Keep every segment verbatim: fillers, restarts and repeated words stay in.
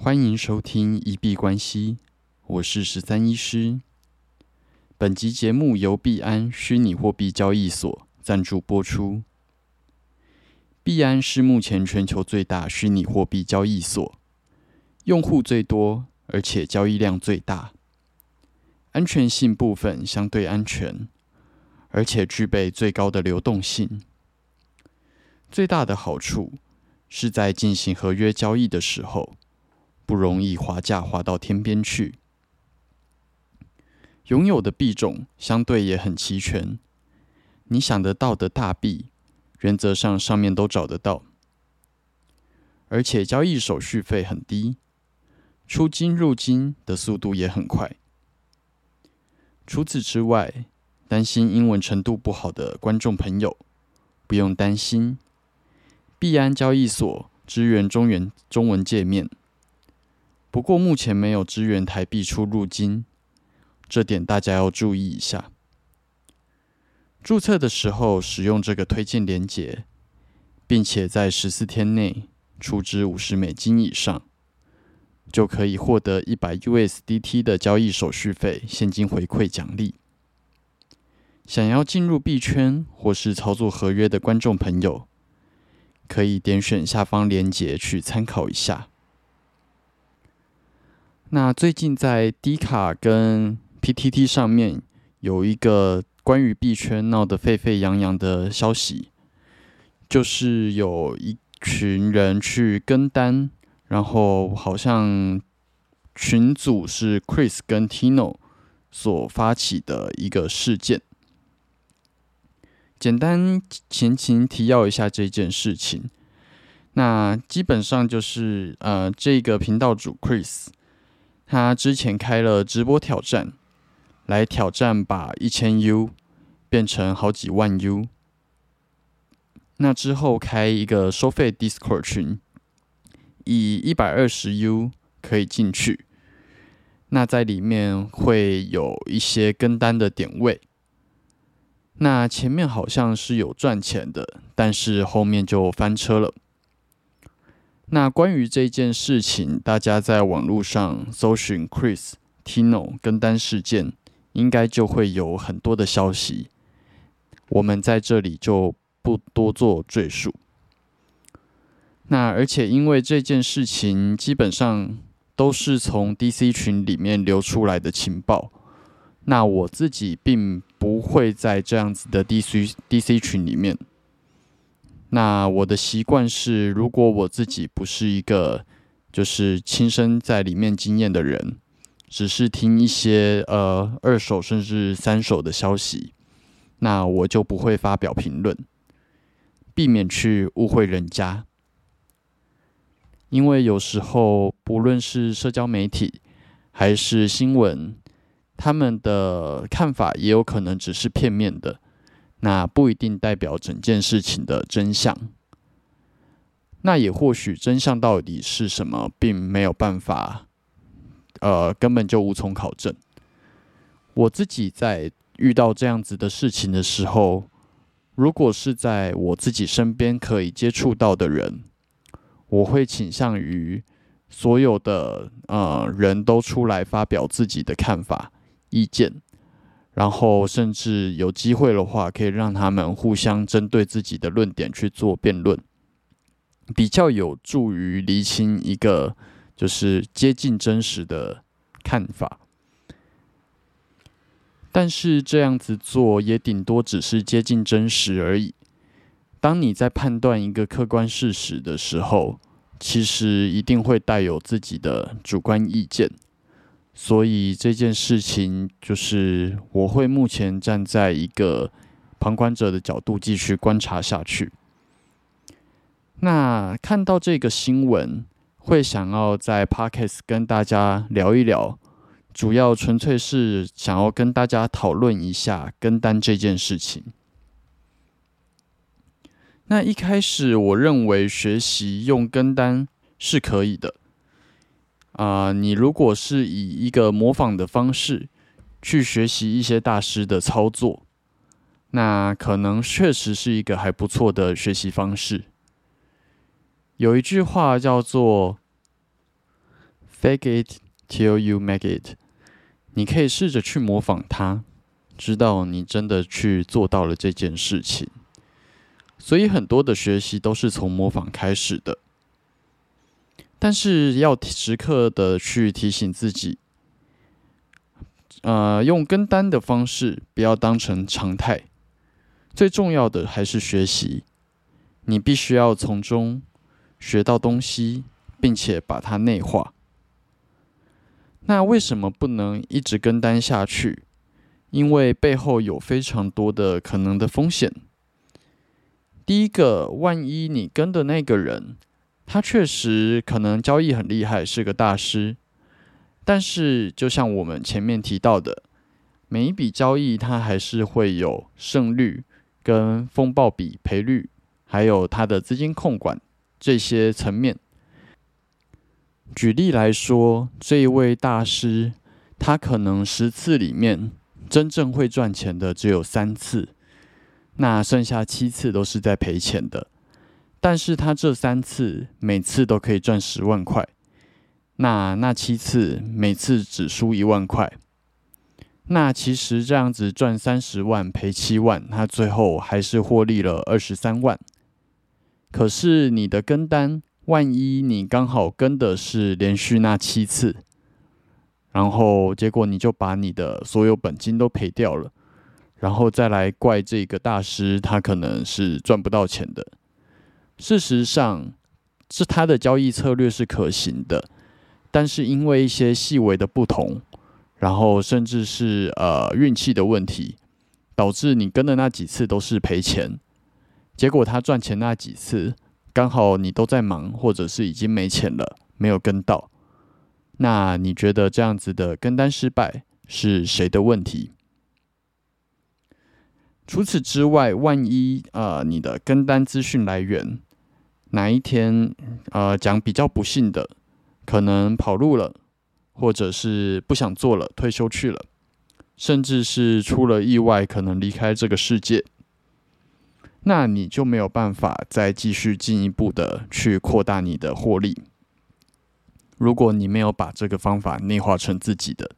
欢迎收听一币关系，我是十三医师。本集节目由币安虚拟货币交易所赞助播出。币安是目前全球最大虚拟货币交易所，用户最多，而且交易量最大。安全性部分相对安全，而且具备最高的流动性。最大的好处是在进行合约交易的时候，不容易滑价滑到天边去。拥有的币种相对也很齐全，你想得到的大币，原则上上面都找得到。而且交易手续费很低，出金入金的速度也很快。除此之外，担心英文程度不好的观众朋友，不用担心，币安交易所支援中原中文界面。不过目前没有支援台币出入金，这点大家要注意一下。注册的时候使用这个推荐连结，并且在十四天内出支五十美金以上，就可以获得一百 U S D T 的交易手续费现金回馈奖励。想要进入币圈或是操作合约的观众朋友，可以点选下方连结去参考一下。那最近在 D 卡跟 P T T 上面有一个关于币圈闹得沸沸扬扬的消息，就是有一群人去跟单，然后好像群组是 Chris 跟 Tino 所发起的一个事件。简单前情提要一下这件事情，那基本上就是呃，这个频道主 Chris。他之前开了直播挑战，来挑战把一千 U 变成好几万 U。那之后开一个收费 Discord 群，以一百二十 U 可以进去。那在里面会有一些跟单的点位。那前面好像是有赚钱的，但是后面就翻车了。那关于这件事情，大家在网络上搜寻 Chris、Tino 跟单事件，应该就会有很多的消息。我们在这里就不多做赘述。那而且因为这件事情基本上都是从 D C 群里面流出来的情报，那我自己并不会在这样子的 D C D C 群里面。那我的习惯是，如果我自己不是一个就是亲身在里面经验的人，只是听一些呃二手甚至三手的消息，那我就不会发表评论，避免去误会人家。因为有时候不论是社交媒体还是新闻，他们的看法也有可能只是片面的。那不一定代表整件事情的真相，那也或许真相到底是什么，并没有办法，呃，根本就无从考证。我自己在遇到这样子的事情的时候，如果是在我自己身边可以接触到的人，我会倾向于所有的呃人都出来发表自己的看法、意见。然后甚至有机会的话，可以让他们互相针对自己的论点去做辩论，比较有助于厘清一个就是接近真实的看法。但是这样子做也顶多只是接近真实而已。当你在判断一个客观事实的时候，其实一定会带有自己的主观意见。所以这件事情就是我会目前站在一个旁观者的角度继续观察下去。那看到这个新闻，会想要在 Podcast 跟大家聊一聊，主要纯粹是想要跟大家讨论一下跟单这件事情。那一开始我认为学习用跟单是可以的。啊、呃，你如果是以一个模仿的方式去学习一些大师的操作，那可能确实是一个还不错的学习方式。有一句话叫做 Fake it till you make it。你可以试着去模仿它，直到你真的去做到了这件事情。所以很多的学习都是从模仿开始的，但是要时刻的去提醒自己，呃，用跟单的方式不要当成常态。最重要的还是学习，你必须要从中学到东西，并且把它内化。那为什么不能一直跟单下去？因为背后有非常多的可能的风险。第一个，万一你跟的那个人，他确实可能交易很厉害，是个大师，但是就像我们前面提到的，每一笔交易它还是会有胜率跟风暴比赔率，还有它的资金控管这些层面。举例来说，这一位大师，他可能十次里面真正会赚钱的只有三次，那剩下七次都是在赔钱的。但是他这三次每次都可以赚十万块，那那七次每次只输一万块。那其实这样子赚三十万赔七万，他最后还是获利了二十三万。可是你的跟单，万一你刚好跟的是连续那七次，然后结果你就把你的所有本金都赔掉了，然后再来怪这个大师，他可能是赚不到钱的。事实上，是他的交易策略是可行的，但是因为一些细微的不同，然后甚至是呃运气的问题，导致你跟的那几次都是赔钱。结果他赚钱那几次，刚好你都在忙，或者是已经没钱了，没有跟到。那你觉得这样子的跟单失败是谁的问题？除此之外，万一呃你的跟单资讯来源哪一天呃讲比较不幸的，可能跑路了，或者是不想做了，退休去了，甚至是出了意外，可能离开这个世界，那你就没有办法再继续进一步的去扩大你的获利。如果你没有把这个方法内化成自己的，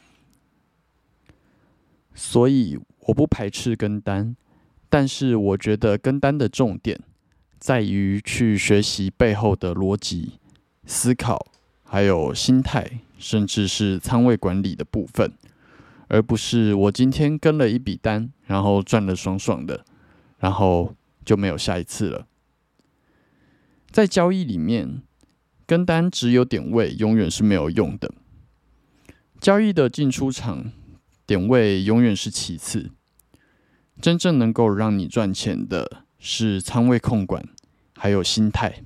所以我不排斥跟单，但是我觉得跟单的重点在于去学习背后的逻辑、思考，还有心态，甚至是仓位管理的部分，而不是我今天跟了一笔单，然后赚了爽爽的，然后就没有下一次了。在交易里面，跟单只有点位永远是没有用的。交易的进出场点位永远是其次，真正能够让你赚钱的是仓位控管，还有心态。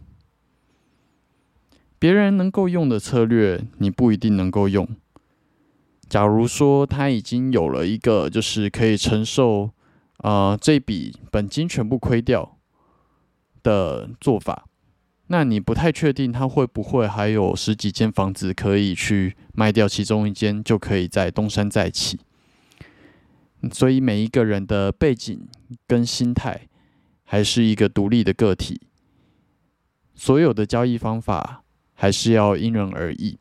别人能够用的策略，你不一定能够用。假如说他已经有了一个就是可以承受呃这笔本金全部亏掉的做法，那你不太确定他会不会还有十几间房子可以去卖掉其中一间，就可以再东山再起。所以每一个人的背景跟心态还是一个独立的个体，所有的交易方法还是要因人而异。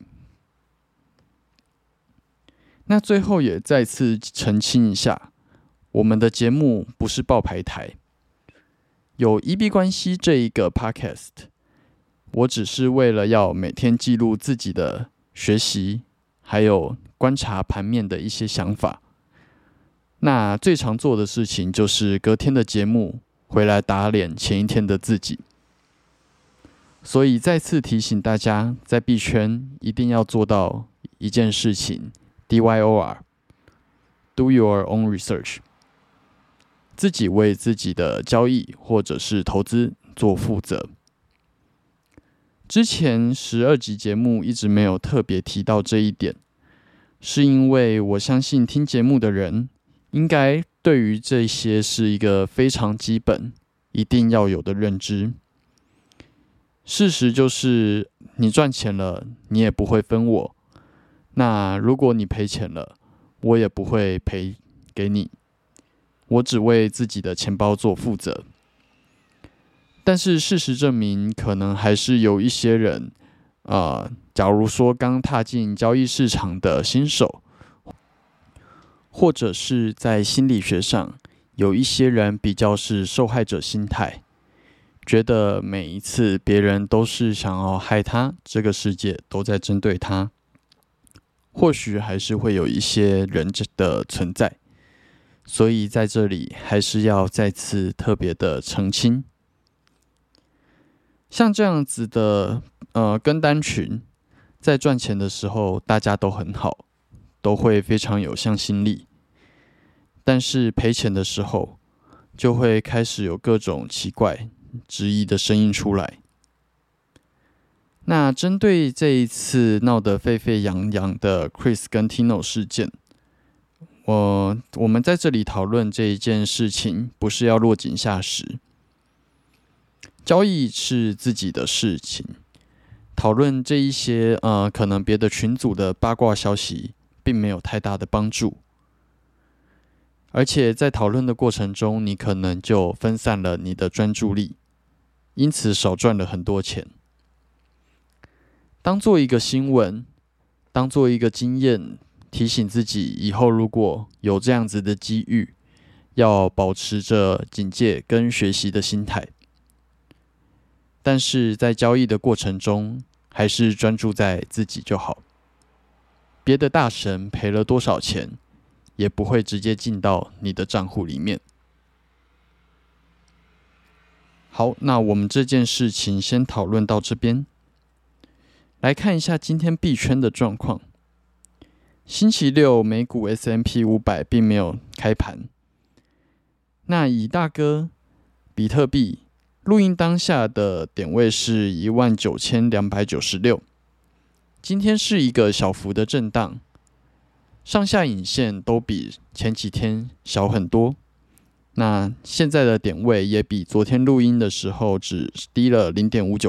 那最后也再次澄清一下，我们的节目不是报牌台，有 E B 关系这一个 podcast， 我只是为了要每天记录自己的学习，还有观察盘面的一些想法。那最常做的事情就是隔天的节目回来打脸前一天的自己。所以再次提醒大家，在币圈一定要做到一件事情 D Y O R Do your own research， 自己为自己的交易或者是投资做负责。之前十二集节目一直没有特别提到这一点，是因为我相信听节目的人应该对于这些是一个非常基本一定要有的认知。事实就是你赚钱了，你也不会分我，那如果你赔钱了，我也不会赔给你，我只为自己的钱包做负责。但是事实证明，可能还是有一些人呃， 假如说刚踏进交易市场的新手，或者是在心理学上有一些人比较是受害者心态，觉得每一次别人都是想要害他，这个世界都在针对他，或许还是会有一些人的存在。所以在这里还是要再次特别的澄清，像这样子的呃跟单群，在赚钱的时候大家都很好，都会非常有向心力，但是赔钱的时候就会开始有各种奇怪质疑的声音出来。那针对这一次闹得沸沸扬扬的 Chris 跟 Tino 事件，我我们在这里讨论这一件事情，不是要落井下石。交易是自己的事情，讨论这一些呃可能别的群组的八卦消息，并没有太大的帮助。而且在讨论的过程中，你可能就分散了你的专注力，因此少赚了很多钱。当做一个新闻，当做一个经验，提醒自己以后如果有这样子的机遇，要保持着警戒跟学习的心态。但是在交易的过程中，还是专注在自己就好。别的大神赔了多少钱，也不会直接进到你的账户里面。好，那我们这件事情先讨论到这边。来看一下今天币圈的状况。星期六美股 S and P 五百并没有开盘。那以大哥比特币录音当下的点位是 一万九千两百九十六， 今天是一个小幅的震荡，上下影线都比前几天小很多。那现在的点位也比昨天录音的时候只低了 百分之零点五九。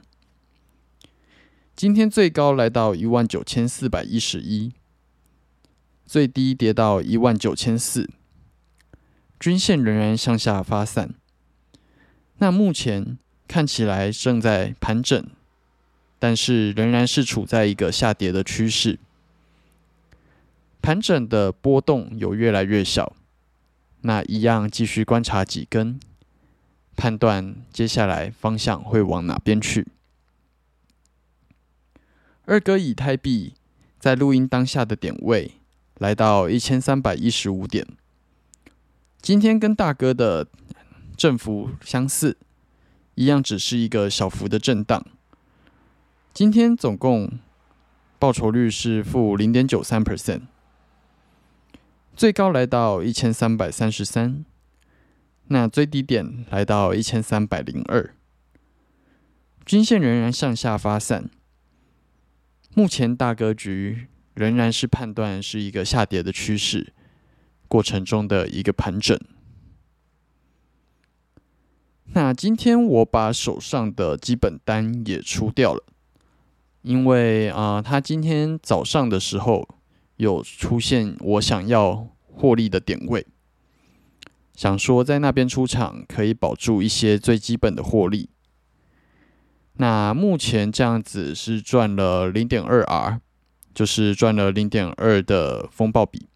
今天最高来到 一万九千四百一十一， 最低跌到 一万九千四百， 均线仍然向下发散。那目前看起来正在盘整，但是仍然是处在一个下跌的趋势。盘整的波动有越来越小，那一样继续观察几根，判断接下来方向会往哪边去。二哥以太币在录音当下的点位来到一千三百一十五点，今天跟大哥的振幅相似，一样只是一个小幅的震荡。今天总共报酬率是负 百分之零点九三， 最高来到一千三百三十三，那最低点来到一千三百零二，均线仍然向下发散。目前大格局仍然是判断是一个下跌的趋势，过程中的一个盘整。那今天我把手上的基本单也出掉了，因为啊、呃，它今天早上的时候有出现我想要获利的点位，想说在那边出场可以保住一些最基本的获利。那目前这样子是赚了 零点二 R， 就是赚了 零点二 的风暴比。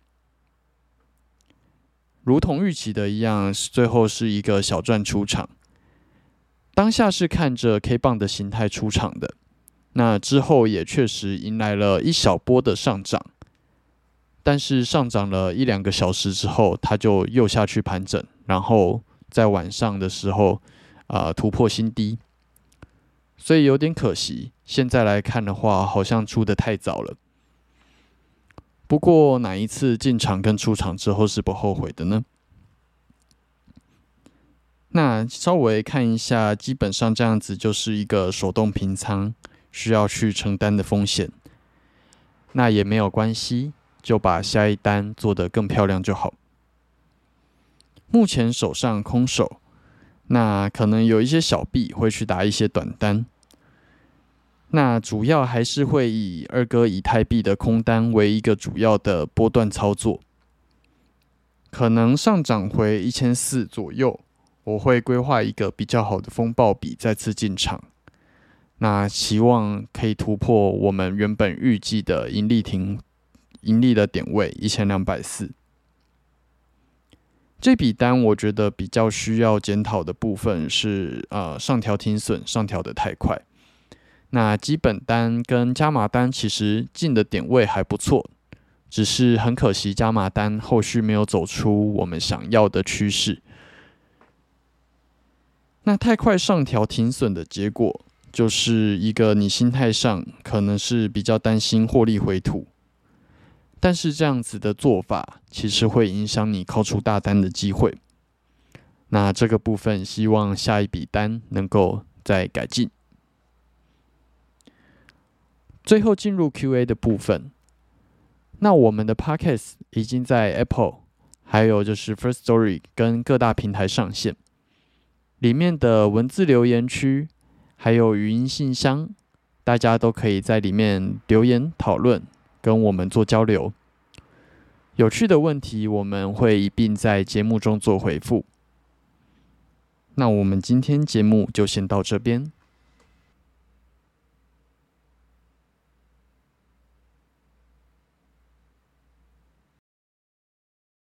如同预期的一样，最后是一个小赚出场。当下是看着 K 棒的形态出场的，那之后也确实迎来了一小波的上涨，但是上涨了一两个小时之后，它就又下去盘整，然后在晚上的时候，呃，突破新低。所以有点可惜，现在来看的话，好像出得太早了。不过哪一次进场跟出场之后是不后悔的呢？那稍微看一下，基本上这样子就是一个手动平仓，需要去承担的风险。那也没有关系，就把下一单做得更漂亮就好。目前手上空手，那可能有一些小币会去打一些短单。那主要还是会以二哥以太币的空单为一个主要的波段操作，可能上涨回一千四百左右，我会规划一个比较好的风暴比再次进场。 那期望可以突破我们原本预计的盈利停盈利的点位一千两百四十。这笔单我觉得比较需要检讨的部分是，呃，上调停损上调的太快。那基本单跟加码单其实进的点位还不错，只是很可惜加码单后续没有走出我们想要的趋势。那太快上调停损的结果，就是一个你心态上可能是比较担心获利回吐。但是这样子的做法，其实会影响你靠出大单的机会。那这个部分，希望下一笔单能够再改进。最后进入 Q A 的部分。那我们的 Podcast 已经在 Apple， 还有就是 First Story 跟各大平台上线。里面的文字留言区，还有语音信箱，大家都可以在里面留言讨论。跟我们做交流，有趣的问题我们会一并在节目中做回复。那我们今天节目就先到这边。